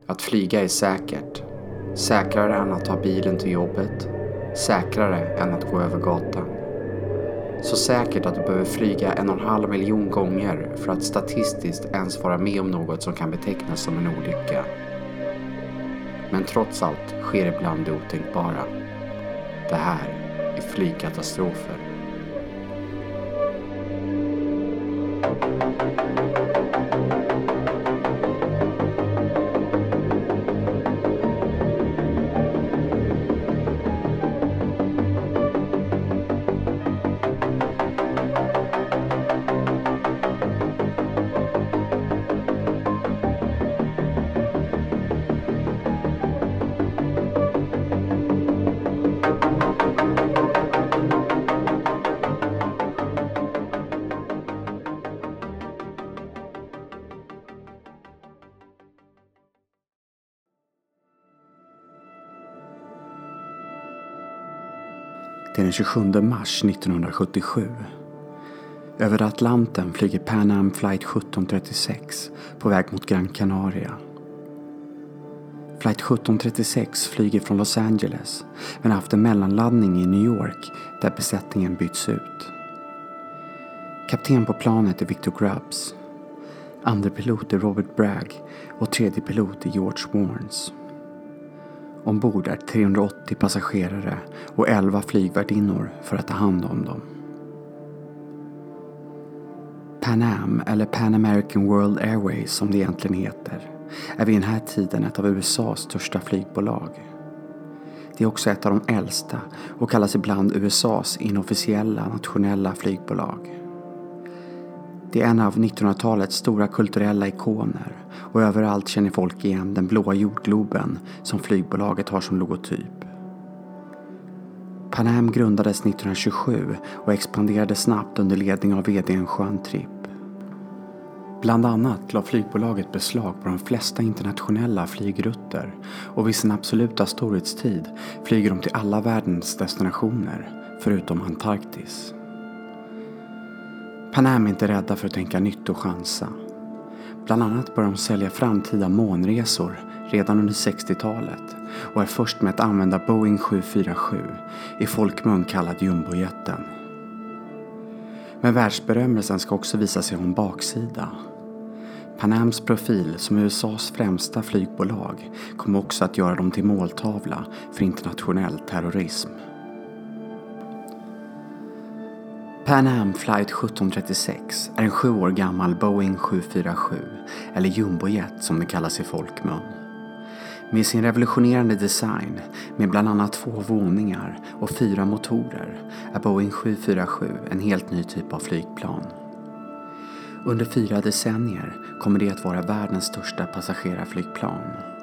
Att flyga är säkert. Säkrare än att ta bilen till jobbet. Säkrare än att gå över gatan. Så säkert att du behöver flyga 1,5 miljon gånger för att statistiskt ens vara med om något som kan betecknas som en olycka. Men trots allt sker ibland det otänkbara. Det här är flygkatastrofer. Det är den 27 mars 1977. Över Atlanten flyger Pan Am Flight 1736 på väg mot Gran Canaria. Flight 1736 flyger från Los Angeles men har haft en mellanlandning i New York där besättningen byts ut. Kapten på planet är Victor Grubbs. Andre pilot är Robert Bragg och tredje pilot är George Warnes. Ombord är 380 passagerare och 11 flygvärdinnor för att ta hand om dem. Pan Am, eller Pan American World Airways som det egentligen heter, är vid den här tiden ett av USAs största flygbolag. Det är också ett av de äldsta och kallas ibland USAs inofficiella nationella flygbolag. Det är en av 1900-talets stora kulturella ikoner och överallt känner folk igen den blåa jordgloben som flygbolaget har som logotyp. Pan Am grundades 1927 och expanderade snabbt under ledning av vd:n Juan Trippe. Bland annat la flygbolaget beslag på de flesta internationella flygrutter och vid sin absoluta storhetstid flyger de till alla världens destinationer förutom Antarktis. Pan Am är inte rädda för att tänka nytt och chansa. Bland annat börjar de sälja framtida månresor redan under 60-talet och är först med att använda Boeing 747, i folkmun kallad jumbojätten. Men världsberömmelsen ska också visa sig om baksida. Pan Ams profil som USAs främsta flygbolag kommer också att göra dem till måltavla för internationell terrorism. Pan Am Flight 1736 är en 7 år gammal Boeing 747, eller jumbojet som det kallas i folkmun. Med sin revolutionerande design, med bland annat 2 våningar och 4 motorer, är Boeing 747 en helt ny typ av flygplan. Under 4 decennier kommer det att vara världens största passagerarflygplan.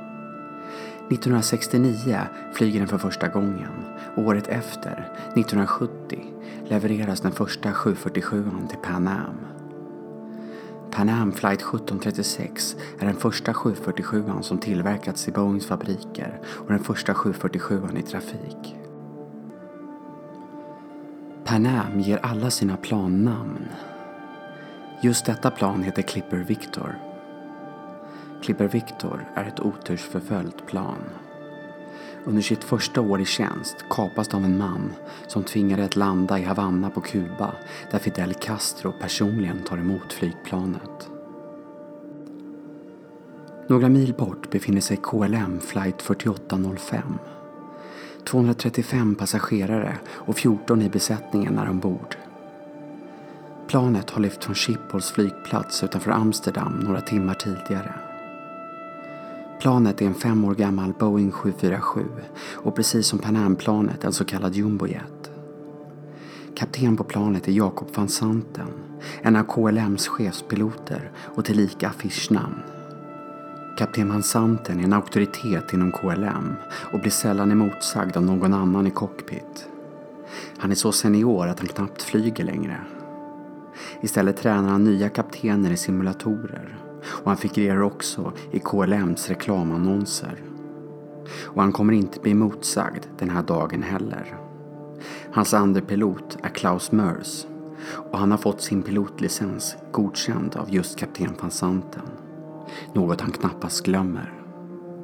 1969 flyger den för första gången. Året efter, 1970, levereras den första 747 till Pan Am. Pan Am Flight 1736 är den första 747 som tillverkats i Boeings fabriker och den första 747 i trafik. Pan Am ger alla sina plan namn. Just detta plan heter Clipper Victor. Clipper Victor är ett otursförföljt plan. Under sitt första år i tjänst kapas av en man som tvingade att landa i Havanna på Kuba, där Fidel Castro personligen tar emot flygplanet. Några mil bort befinner sig KLM Flight 4805. 235 passagerare och 14 i besättningen är ombord. Planet har lyft från Schiphols flygplats utanför Amsterdam några timmar tidigare. Planet är en 5 år gammal Boeing 747 och precis som Pan Am-planet en så kallad jumbojet. Kapten på planet är Jacob van Santen, en av KLMs chefspiloter och tillika affischnamn. Kapten van Santen är en auktoritet inom KLM och blir sällan emotsagd av någon annan i cockpit. Han är så senior att han knappt flyger längre. Istället tränar han nya kaptener i simulatorer och han figurerar också i KLMs reklamannonser. Och han kommer inte bli motsagd den här dagen heller. Hans andra pilot är Klaus Mörs och han har fått sin pilotlicens godkänd av just kapten van Santen. Något han knappast glömmer.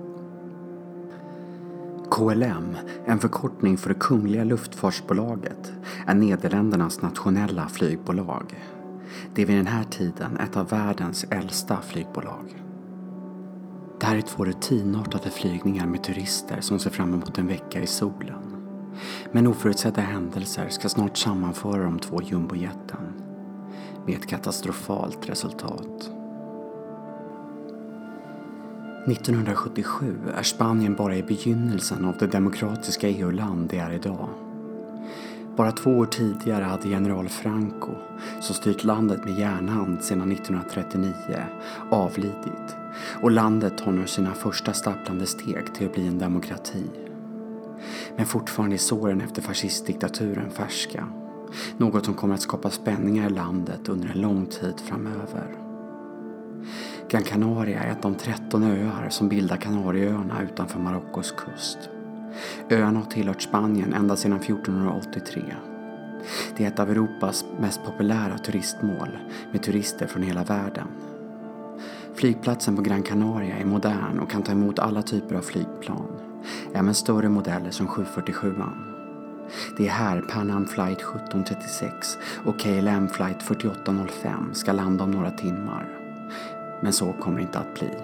KLM, en förkortning för det Kungliga luftfartsbolaget, är Nederländernas nationella flygbolag. Det är vid den här tiden ett av världens äldsta flygbolag. Det här är 2 rutinartade flygningar med turister som ser fram emot en vecka i solen. Men oförutsedda händelser ska snart sammanföra de 2 jumbojeten med ett katastrofalt resultat. 1977 är Spanien bara i begynnelsen av det demokratiska EU-land det är idag. Bara 2 år tidigare hade general Franco, som styrt landet med järnhand sedan 1939, avlidit, och landet tar nu sina första stapplande steg till att bli en demokrati. Men fortfarande är såren efter fascistdiktaturen färska, något som kommer att skapa spänningar i landet under en lång tid framöver. Gran Canaria är ett av de 13 öar som bildar Kanarieöarna utanför Marockos kust. Öarna har tillhört Spanien ända sedan 1483. Det är ett av Europas mest populära turistmål med turister från hela världen. Flygplatsen på Gran Canaria är modern och kan ta emot alla typer av flygplan, även större modeller som 747an. Det är här Pan Am Flight 1736 och KLM Flight 4805 ska landa om några timmar. Men så kommer det inte att bli.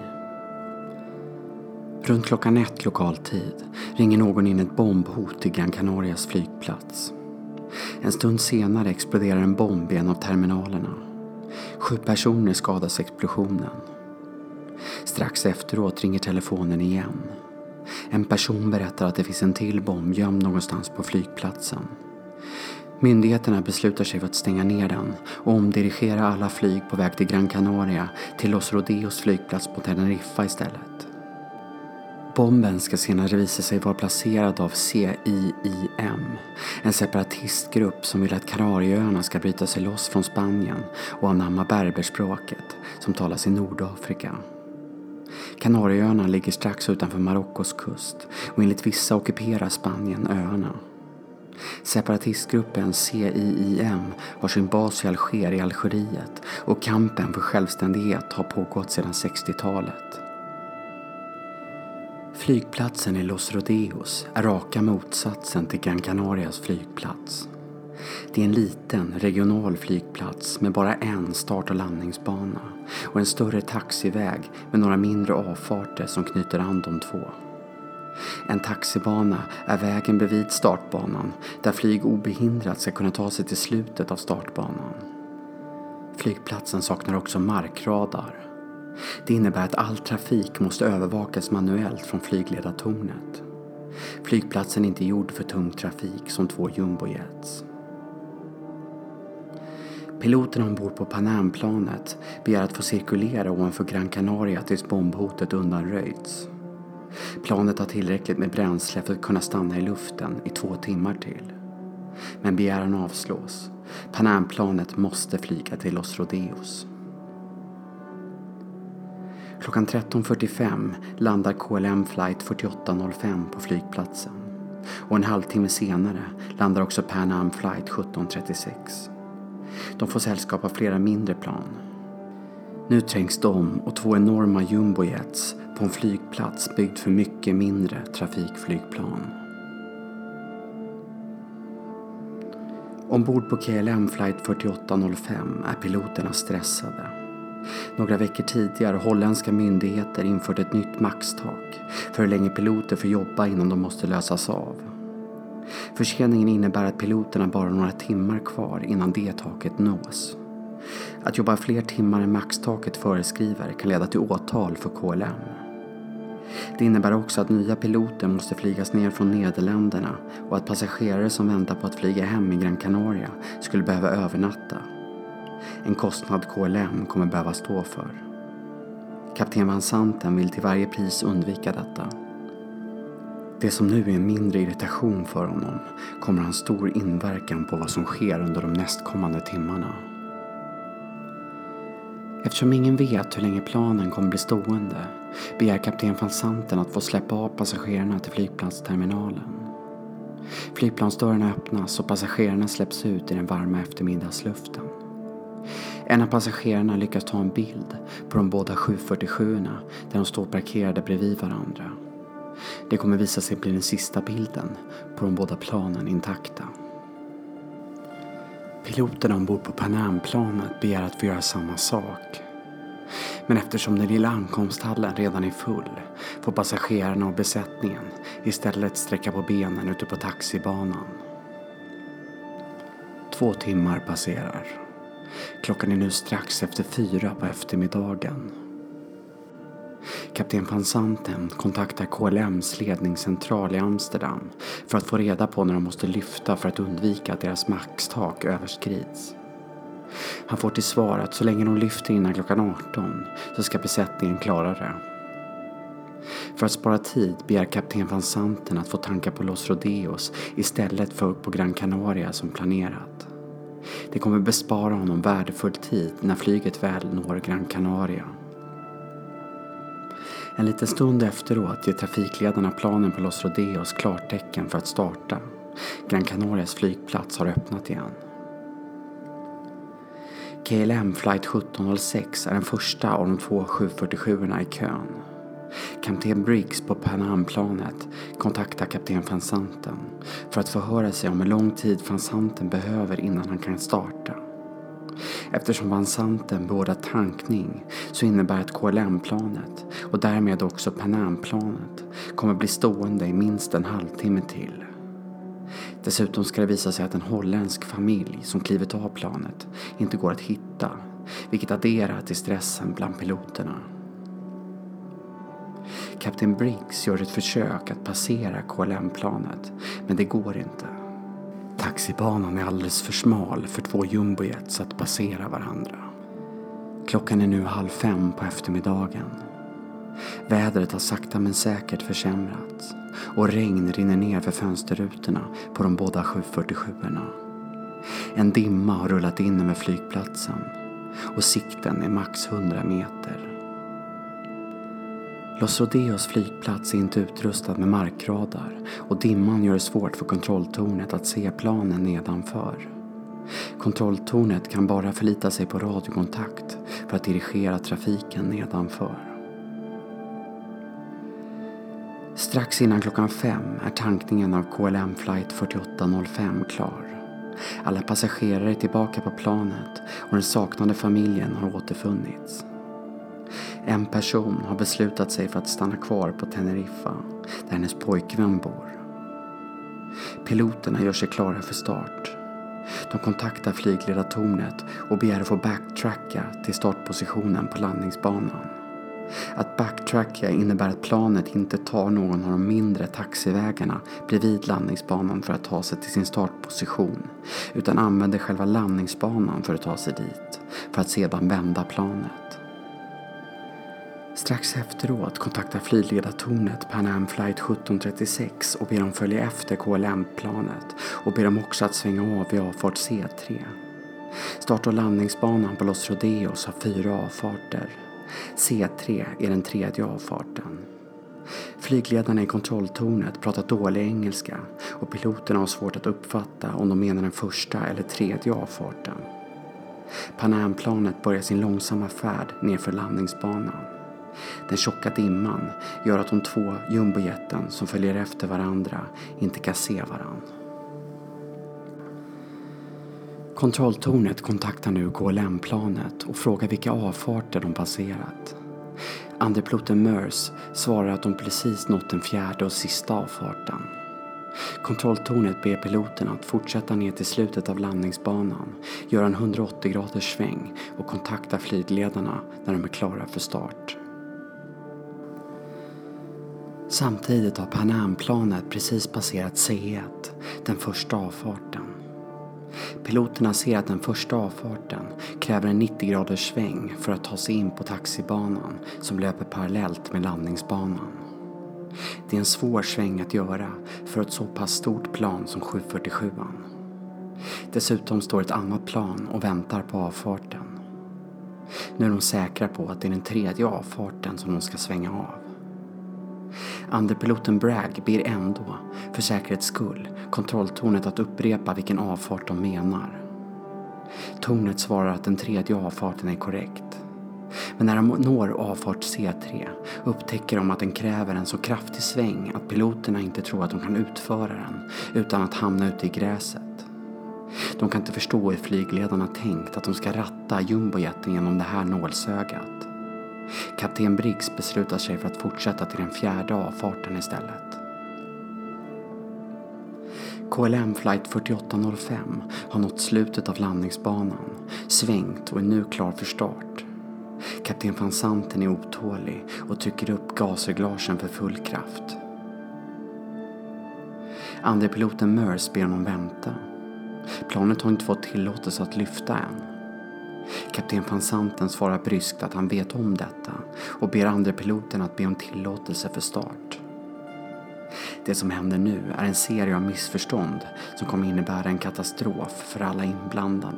Runt klockan 1 lokal tid ringer någon in ett bombhot till Gran Canarias flygplats. En stund senare exploderar en bomb i en av terminalerna. 7 personer skadas i explosionen. Strax efteråt ringer telefonen igen. En person berättar att det finns en till bomb gömd någonstans på flygplatsen. Myndigheterna beslutar sig för att stänga ner den och omdirigera alla flyg på väg till Gran Canaria till Los Rodeos flygplats på Teneriffa istället. Bomben ska senare visa sig vara placerad av CIIM, en separatistgrupp som vill att Kanarieöarna ska bryta sig loss från Spanien och anamma berberspråket som talas i Nordafrika. Kanarieöarna ligger strax utanför Marockos kust och enligt vissa ockuperar Spanien öarna. Separatistgruppen CIIM har sin bas i Alger i Algeriet och kampen för självständighet har pågått sedan 60-talet. Flygplatsen i Los Rodeos är raka motsatsen till Gran Canarias flygplats. Det är en liten regional flygplats med bara en start- och landningsbana och en större taxiväg med några mindre avfarter som knyter an de 2. En taxibana är vägen bredvid startbanan där flyg obehindrat ska kunna ta sig till slutet av startbanan. Flygplatsen saknar också markradar. Det innebär att all trafik måste övervakas manuellt från flygledartornet. Flygplatsen är inte gjord för tung trafik som 2 jumbojets. Piloterna ombord på Pan Am-planet begär att få cirkulera ovanför Gran Canaria tills bombhotet undanröjts. Planet har tillräckligt med bränsle för att kunna stanna i luften i 2 timmar till. Men begäran avslås. Pan Am-planet måste flyga till Los Rodeos. Klockan 13.45 landar KLM Flight 4805 på flygplatsen. Och en halvtimme senare landar också Pan Am Flight 1736. De får sällskap av flera mindre plan. Nu trängs de och 2 enorma jumbojets på en flygplats byggd för mycket mindre trafikflygplan. Ombord på KLM Flight 4805 är piloterna stressade. Några veckor tidigare har holländska myndigheter infört ett nytt maxtak för hur länge piloter får jobba innan de måste lösas av. Förseningen innebär att piloterna bara har några timmar kvar innan det taket nås. Att jobba fler timmar än maxtaket föreskriver kan leda till åtal för KLM. Det innebär också att nya piloter måste flygas ner från Nederländerna och att passagerare som väntar på att flyga hem i Gran Canaria skulle behöva övernatta. En kostnad KLM kommer behöva stå för. Kapten Van Santen vill till varje pris undvika detta. Det som nu är en mindre irritation för honom kommer ha en stor inverkan på vad som sker under de nästkommande timmarna. Eftersom ingen vet hur länge planen kommer bli stående begär kapten Van Santen att få släppa av passagerarna till flygplatsterminalen. Flygplansdörrarna öppnas och passagerarna släpps ut i den varma eftermiddagsluften. En av passagerarna lyckas ta en bild på de båda 747-erna där de står parkerade bredvid varandra. Det kommer visa sig bli den sista bilden på de båda planen intakta. Piloterna ombord på Pan Am-planet begär att få göra samma sak. Men eftersom den lilla ankomsthallen redan är full får passagerarna och besättningen istället sträcka på benen ute på taxibanan. 2 timmar passerar. Klockan är nu strax efter 4 på eftermiddagen. Kapten van Santen kontaktar KLMs ledningscentral i Amsterdam för att få reda på när de måste lyfta för att undvika att deras maxtak överskrids. Han får till svar att så länge de lyfter innan klockan 18 så ska besättningen klara det. För att spara tid begär kapten van Santen att få tanka på Los Rodeos istället för på Gran Canaria som planerat. Det kommer bespara honom värdefull tid när flyget väl når Gran Canaria. En liten stund efteråt ger trafikledarna planen på Los Rodeos klartecken för att starta. Gran Canarias flygplats har öppnat igen. KLM Flight 1706 är den första av de 2 747-orna i kön. Kapten Briggs på Pan Am-planet kontaktar kapten van Santen för att förhöra sig om hur lång tid van Santen behöver innan han kan starta. Eftersom van Santen beordrar tankning så innebär att KLM-planet och därmed också Pan Am-planet kommer bli stående i minst en halvtimme till. Dessutom ska det visa sig att en holländsk familj som klivit av planet inte går att hitta, vilket adderar till stressen bland piloterna. Kapten Briggs gör ett försök att passera KLM-planet, men det går inte. Taxibanan är alldeles för smal för 2 jumbojets att passera varandra. Klockan är nu 4:30 på eftermiddagen. Vädret har sakta men säkert försämrats och regn rinner ner för fönsterrutorna på de båda 747-orna. En dimma har rullat in över flygplatsen och sikten är max 100 meter. Los Rodeos flygplats är inte utrustad med markradar och dimman gör det svårt för kontrolltornet att se planen nedanför. Kontrolltornet kan bara förlita sig på radiokontakt för att dirigera trafiken nedanför. Strax innan klockan 5 är tankningen av KLM Flight 4805 klar. Alla passagerare är tillbaka på planet och den saknade familjen har återfunnits. En person har beslutat sig för att stanna kvar på Teneriffa, där hennes pojkvän bor. Piloterna gör sig klara för start. De kontaktar flygledartornet och begär att få backtracka till startpositionen på landningsbanan. Att backtracka innebär att planet inte tar någon av de mindre taxivägarna bredvid landningsbanan för att ta sig till sin startposition, utan använder själva landningsbanan för att ta sig dit, för att sedan vända planet. Strax efteråt kontaktar flygledartornet Pan Am Flight 1736 och ber dem följa efter KLM-planet och ber dem också att svänga av vid avfart C3. Start- och landningsbanan på Los Rodeos har 4 avfarter. C3 är den 3:e avfarten. Flygledarna i kontrolltornet pratar dålig engelska och piloterna har svårt att uppfatta om de menar den 1:a eller 3:e avfarten. Pan Am-planet börjar sin långsamma färd nerför landningsbanan. Den tjocka dimman gör att de 2 jumbojeten som följer efter varandra inte kan se varann. Kontrolltornet kontaktar nu KLM-planet och frågar vilka avfarter de passerat. Andrepiloten Mörs svarar att de precis nått den 4:e och sista avfarten. Kontrolltornet ber piloterna att fortsätta ner till slutet av landningsbanan, göra en 180-graders sväng och kontakta flygledarna när de är klara för start. Samtidigt har Pan Am-planet precis passerat C1, den första avfarten. Piloterna ser att den första avfarten kräver en 90-graders sväng för att ta sig in på taxibanan som löper parallellt med landningsbanan. Det är en svår sväng att göra för ett så pass stort plan som 747an. Dessutom står ett annat plan och väntar på avfarten. Nu är de säkra på att det är den 3:e avfarten som de ska svänga av. Andrepiloten Bragg ber ändå, för säkerhets skull, kontrolltornet att upprepa vilken avfart de menar. Tornet svarar att den 3:e avfarten är korrekt. Men när de når avfart C3 upptäcker de att den kräver en så kraftig sväng att piloterna inte tror att de kan utföra den utan att hamna ute i gräset. De kan inte förstå hur flygledarna tänkt att de ska ratta jumbojeten genom det här nålsögat. Kapten Briggs beslutar sig för att fortsätta till den fjärde avfarten istället. KLM flight 4805 har nått slutet av landningsbanan, svängt och är nu klar för start. Kapten van Santen är otålig och trycker upp gasreglagen för full kraft. Andra piloten Merce ber honom vänta. Planet har inte fått tillåtelse att lyfta än. Kapten van Santen svarar bryskt att han vet om detta och ber andra piloten att be om tillåtelse för start. Det som händer nu är en serie av missförstånd som kommer innebära en katastrof för alla inblandade.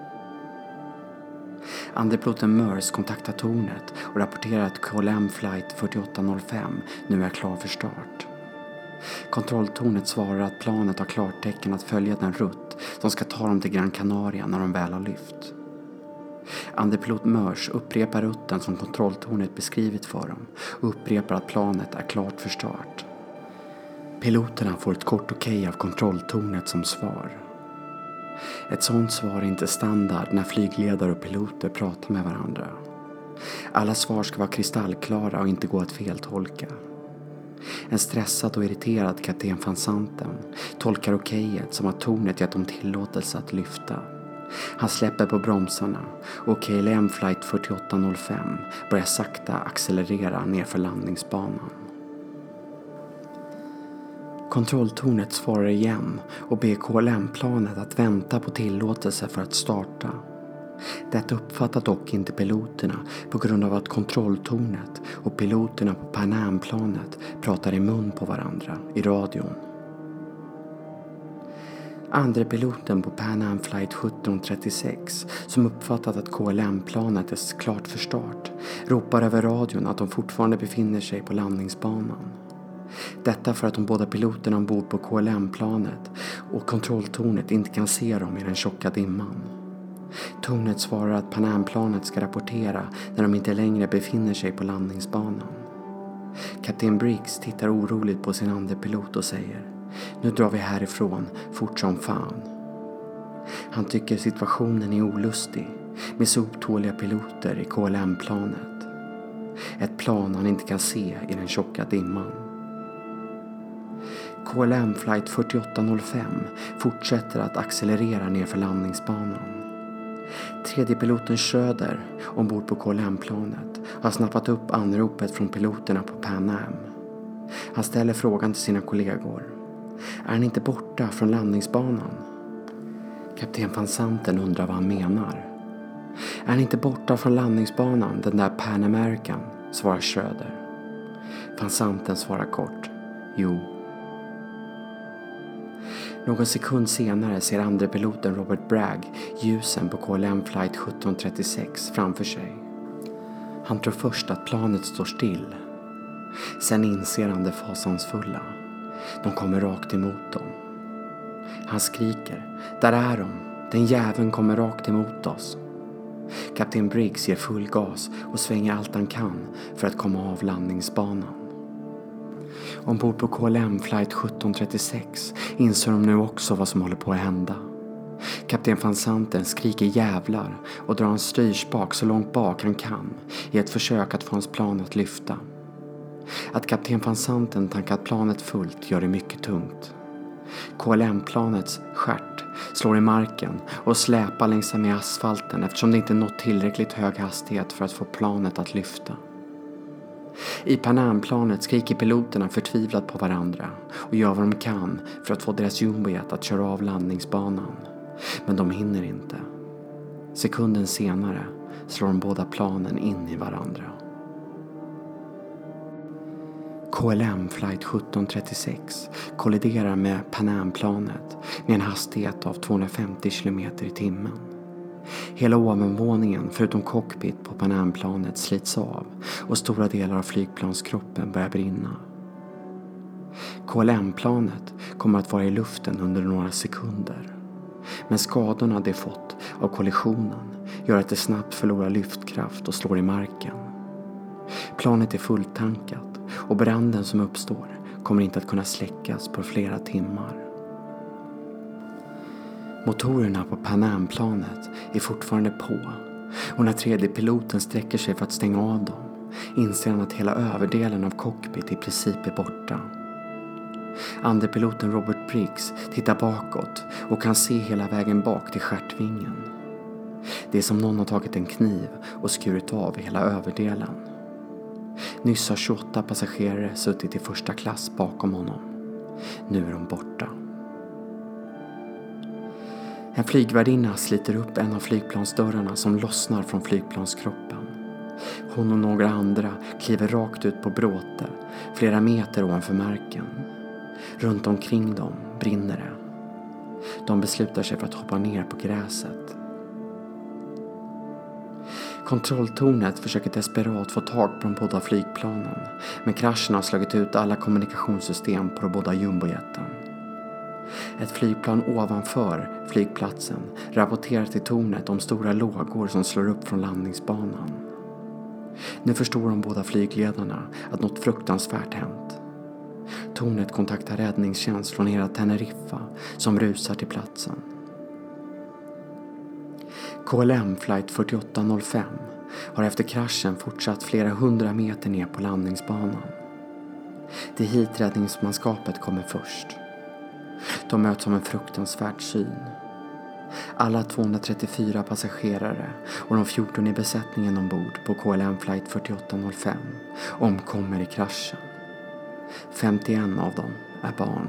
Andra piloten Merce kontaktar tornet och rapporterar att KLM flight 4805 nu är klar för start. Kontrolltornet svarar att planet har klartecken att följa den rutt som ska ta dem till Gran Canaria när de väl har lyft. Andra pilot Merce upprepar rutten som kontrolltornet beskrivit för dem och upprepar att planet är klart för start. Piloterna får ett kort okej av kontrolltornet som svar. Ett sådant svar är inte standard när flygledare och piloter pratar med varandra. Alla svar ska vara kristallklara och inte gå att feltolka. En stressad och irriterad kapten van Santen tolkar okejet som att tornet gett dem tillåtelse att lyfta. Han släpper på bromsarna och KLM flight 4805 börjar sakta accelerera nerför landningsbanan. Kontrolltornet svarar igen och ber KLM-planet att vänta på tillåtelse för att starta. Detta uppfattar dock inte piloterna på grund av att kontrolltornet och piloterna på Pan Am-planet pratar i mun på varandra i radion. Andra piloten på Pan Am flight 1736 som uppfattat att KLM-planet är klart för start ropar över radion att de fortfarande befinner sig på landningsbanan. Detta för att de båda piloterna ombord på KLM-planet och kontrolltornet inte kan se dem i den tjocka dimman. Tornet svarar att Pan Am-planet ska rapportera när de inte längre befinner sig på landningsbanan. Kapten Briggs tittar oroligt på sin andra pilot och säger: "Nu drar vi härifrån, fort som fan." Han tycker situationen är olustig med så otåliga piloter i KLM-planet. Ett plan han inte kan se i den tjocka dimman. KLM flight 4805 fortsätter att accelerera nerför landningsbanan. Tredje piloten Schröder ombord på KLM-planet har snappat upp anropet från piloterna på Pan Am. Han ställer frågan till sina kollegor: "Är han inte borta från landningsbanan?" Kapten van Santen undrar vad han menar. "Är han inte borta från landningsbanan, den där Pan American?" svarar Schröder. Van Santen svarar kort: "Jo." Någon sekund senare ser andra piloten Robert Bragg ljusen på KLM flight 1736 framför sig. Han tror först att planet står still. Sen inser han det fasansfulla. De kommer rakt emot dem. Han skriker: "Där är de! Den jäveln kommer rakt emot oss!" Kapten Briggs ger full gas och svänger allt han kan för att komma av landningsbanan. Ombord på KLM flight 1736 inser de nu också vad som håller på att hända. Kapten van Santen skriker jävlar och drar en styrspak så långt bak han kan i ett försök att få hans plan att lyfta. Att kapten van Santen tankat planet fullt gör det mycket tungt. KLM-planets stjärt slår i marken och släpar längs med asfalten eftersom det inte nått tillräckligt hög hastighet för att få planet att lyfta. I Pan Am-planet skriker piloterna förtvivlat på varandra och gör vad de kan för att få deras jumbojet att köra av landningsbanan. Men de hinner inte. Sekunden senare slår de båda planen in i varandra. KLM flight 1736 kolliderar med Pan Am-planet med en hastighet av 250 km i timmen. Hela ovanvåningen förutom cockpit på Pan Am-planet slits av och stora delar av flygplanskroppen börjar brinna. KLM-planet kommer att vara i luften under några sekunder. Men skadorna det fått av kollisionen gör att det snabbt förlorar lyftkraft och slår i marken. Planet är fulltankat och branden som uppstår kommer inte att kunna släckas på flera timmar. Motorerna på Pan Am-planet är fortfarande på och när tredje piloten sträcker sig för att stänga av dem inser han att hela överdelen av cockpit i princip är borta. Andre piloten Robert Briggs tittar bakåt och kan se hela vägen bak till stjärtvingen. Det är som någon har tagit en kniv och skurit av hela överdelen. Nyss har 28 passagerare suttit i första klass bakom honom. Nu är de borta. En flygvärdinna sliter upp en av flygplansdörrarna som lossnar från flygplanskroppen. Hon och några andra kliver rakt ut på bråte, flera meter ovanför marken. Runt omkring dem brinner det. De beslutar sig för att hoppa ner på gräset. Kontrolltornet försöker desperat få tag på de båda flygplanen, men kraschen har slagit ut alla kommunikationssystem på de båda jumbojeten. Ett flygplan ovanför flygplatsen rapporterar till tornet om stora lågor som slår upp från landningsbanan. Nu förstår de båda flygledarna att något fruktansvärt hänt. Tornet kontaktar räddningstjänst från hela Teneriffa som rusar till platsen. KLM flight 4805 har efter kraschen fortsatt flera 100 meter ner på landningsbanan. Det är hit räddningsmanskapet kommer först. De möts av en fruktansvärd syn. Alla 234 passagerare och de 14 i besättningen ombord på KLM flight 4805 omkommer i kraschen. 51 av dem är barn.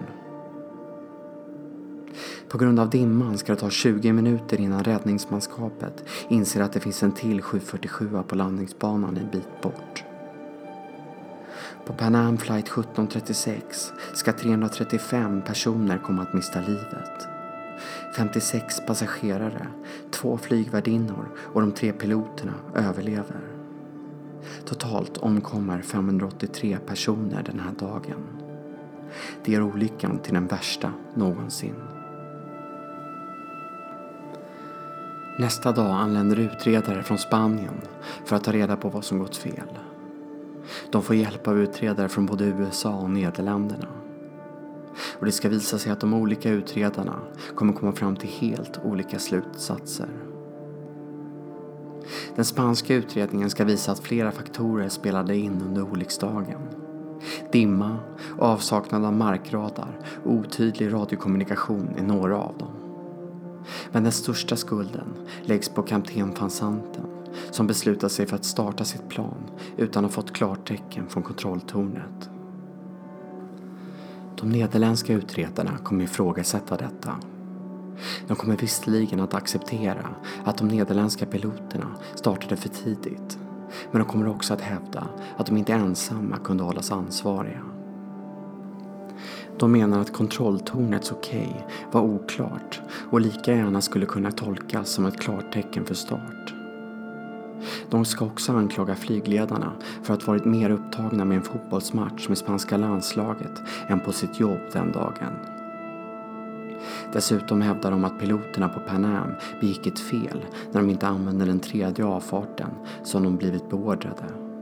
På grund av dimman ska det ta 20 minuter innan räddningsmanskapet inser att det finns en till 747 på landningsbanan en bit bort. På Pan Am flight 1736 ska 335 personer komma att mista livet. 56 passagerare, 2 flygvärdinnor och de 3 piloterna överlever. Totalt omkommer 583 personer den här dagen. Det gör olyckan till den värsta någonsin. Nästa dag anländer utredare från Spanien för att ta reda på vad som gått fel. De får hjälp av utredare från både USA och Nederländerna. Och det ska visa sig att de olika utredarna kommer komma fram till helt olika slutsatser. Den spanska utredningen ska visa att flera faktorer spelade in under olycksdagen. Dimma, avsaknad av markradar och otydlig radiokommunikation är några av dem. Men den största skulden läggs på kapten van Santen som beslutar sig för att starta sitt plan utan att ha fått klartecken från kontrolltornet. De nederländska utredarna kommer ifrågasätta detta. De kommer visserligen att acceptera att de nederländska piloterna startade för tidigt, men de kommer också att hävda att de inte ensamma kunde hållas ansvariga. De menar att kontrolltornets okej var oklart och lika gärna skulle kunna tolkas som ett klartecken för start. De ska också anklaga flygledarna för att varit mer upptagna med en fotbollsmatch med spanska landslaget än på sitt jobb den dagen. Dessutom hävdar de att piloterna på Pan Am begick ett fel när de inte använde den tredje avfarten som de blivit beordrade.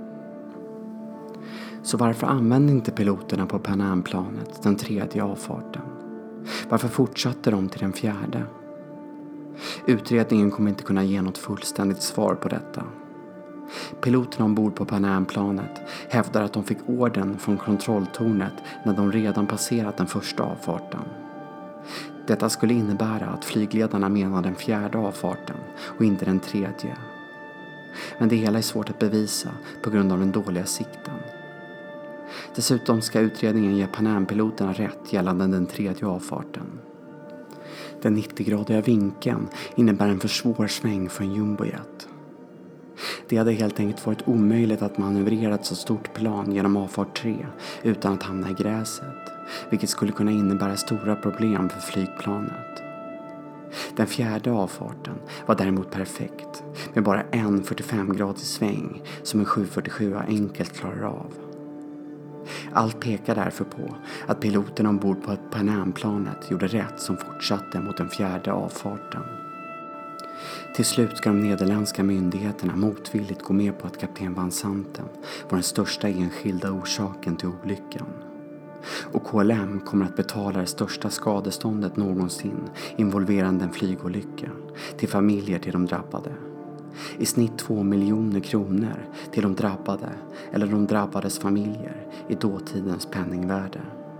Så varför använde inte piloterna på Pan Am-planet den tredje avfarten? Varför fortsatte de till den fjärde? Utredningen kommer inte kunna ge något fullständigt svar på detta. Piloterna ombord på Pan Am-planet hävdar att de fick orden från kontrolltornet när de redan passerat den första avfarten. Detta skulle innebära att flygledarna menar den fjärde avfarten och inte den tredje. Men det hela är svårt att bevisa på grund av den dåliga sikten. Dessutom ska utredningen ge Pan Am-piloterna rätt gällande den tredje avfarten. Den 90-gradiga vinkeln innebär en för svår sväng för en jumbojet. Det hade helt enkelt varit omöjligt att manövrera ett så stort plan genom avfart 3 utan att hamna i gräset, vilket skulle kunna innebära stora problem för flygplanet. Den fjärde avfarten var däremot perfekt, med bara en 45-gradig sväng som en 747 enkelt klarar av. Allt pekar därför på att piloterna ombord på Pan Am-planet gjorde rätt som fortsatte mot den fjärde avfarten. Till slut ska de nederländska myndigheterna motvilligt gå med på att kapten Van Santen var den största enskilda orsaken till olyckan. Och KLM kommer att betala det största skadeståndet någonsin involverande en flygolycka till familjer till de drabbade. I snitt 2 miljoner kronor till de drabbade eller de drabbades familjer i dåtidens penningvärde.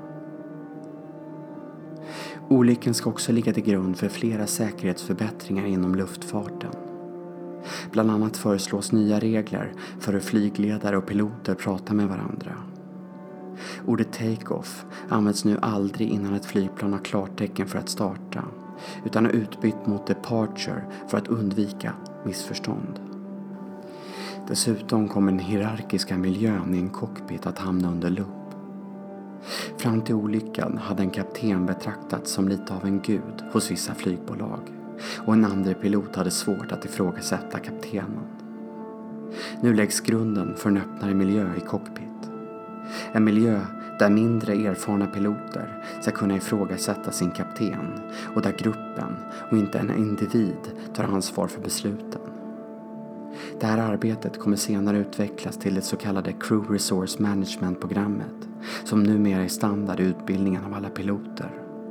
Olyckan ska också ligga till grund för flera säkerhetsförbättringar inom luftfarten. Bland annat föreslås nya regler för hur flygledare och piloter pratar med varandra. Ordet take-off används nu aldrig innan ett flygplan har klartecken för att starta, utan är utbytt mot departure för att undvika missförstånd. Dessutom kommer den hierarkiska miljön i en cockpit att hamna under lupp. Fram till olyckan hade en kapten betraktats som lite av en gud hos vissa flygbolag och en andra pilot hade svårt att ifrågasätta kaptenen. Nu läggs grunden för en öppnare miljö i cockpit. En miljö där mindre erfarna piloter ska kunna ifrågasätta sin kapten och där gruppen och inte en individ tar ansvar för besluten. Det här arbetet kommer senare utvecklas till det så kallade Crew Resource Management-programmet som numera är standard i utbildningen av alla piloter.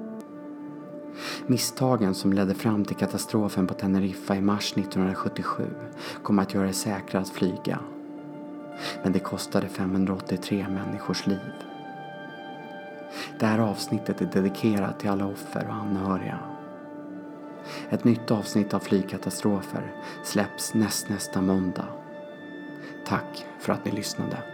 Misstagen som ledde fram till katastrofen på Teneriffa i mars 1977 kommer att göra det säkrare att flyga. Men det kostade 583 människors liv. Det här avsnittet är dedikerat till alla offer och anhöriga. Ett nytt avsnitt av Flygkatastrofer släpps nästa måndag. Tack för att ni lyssnade.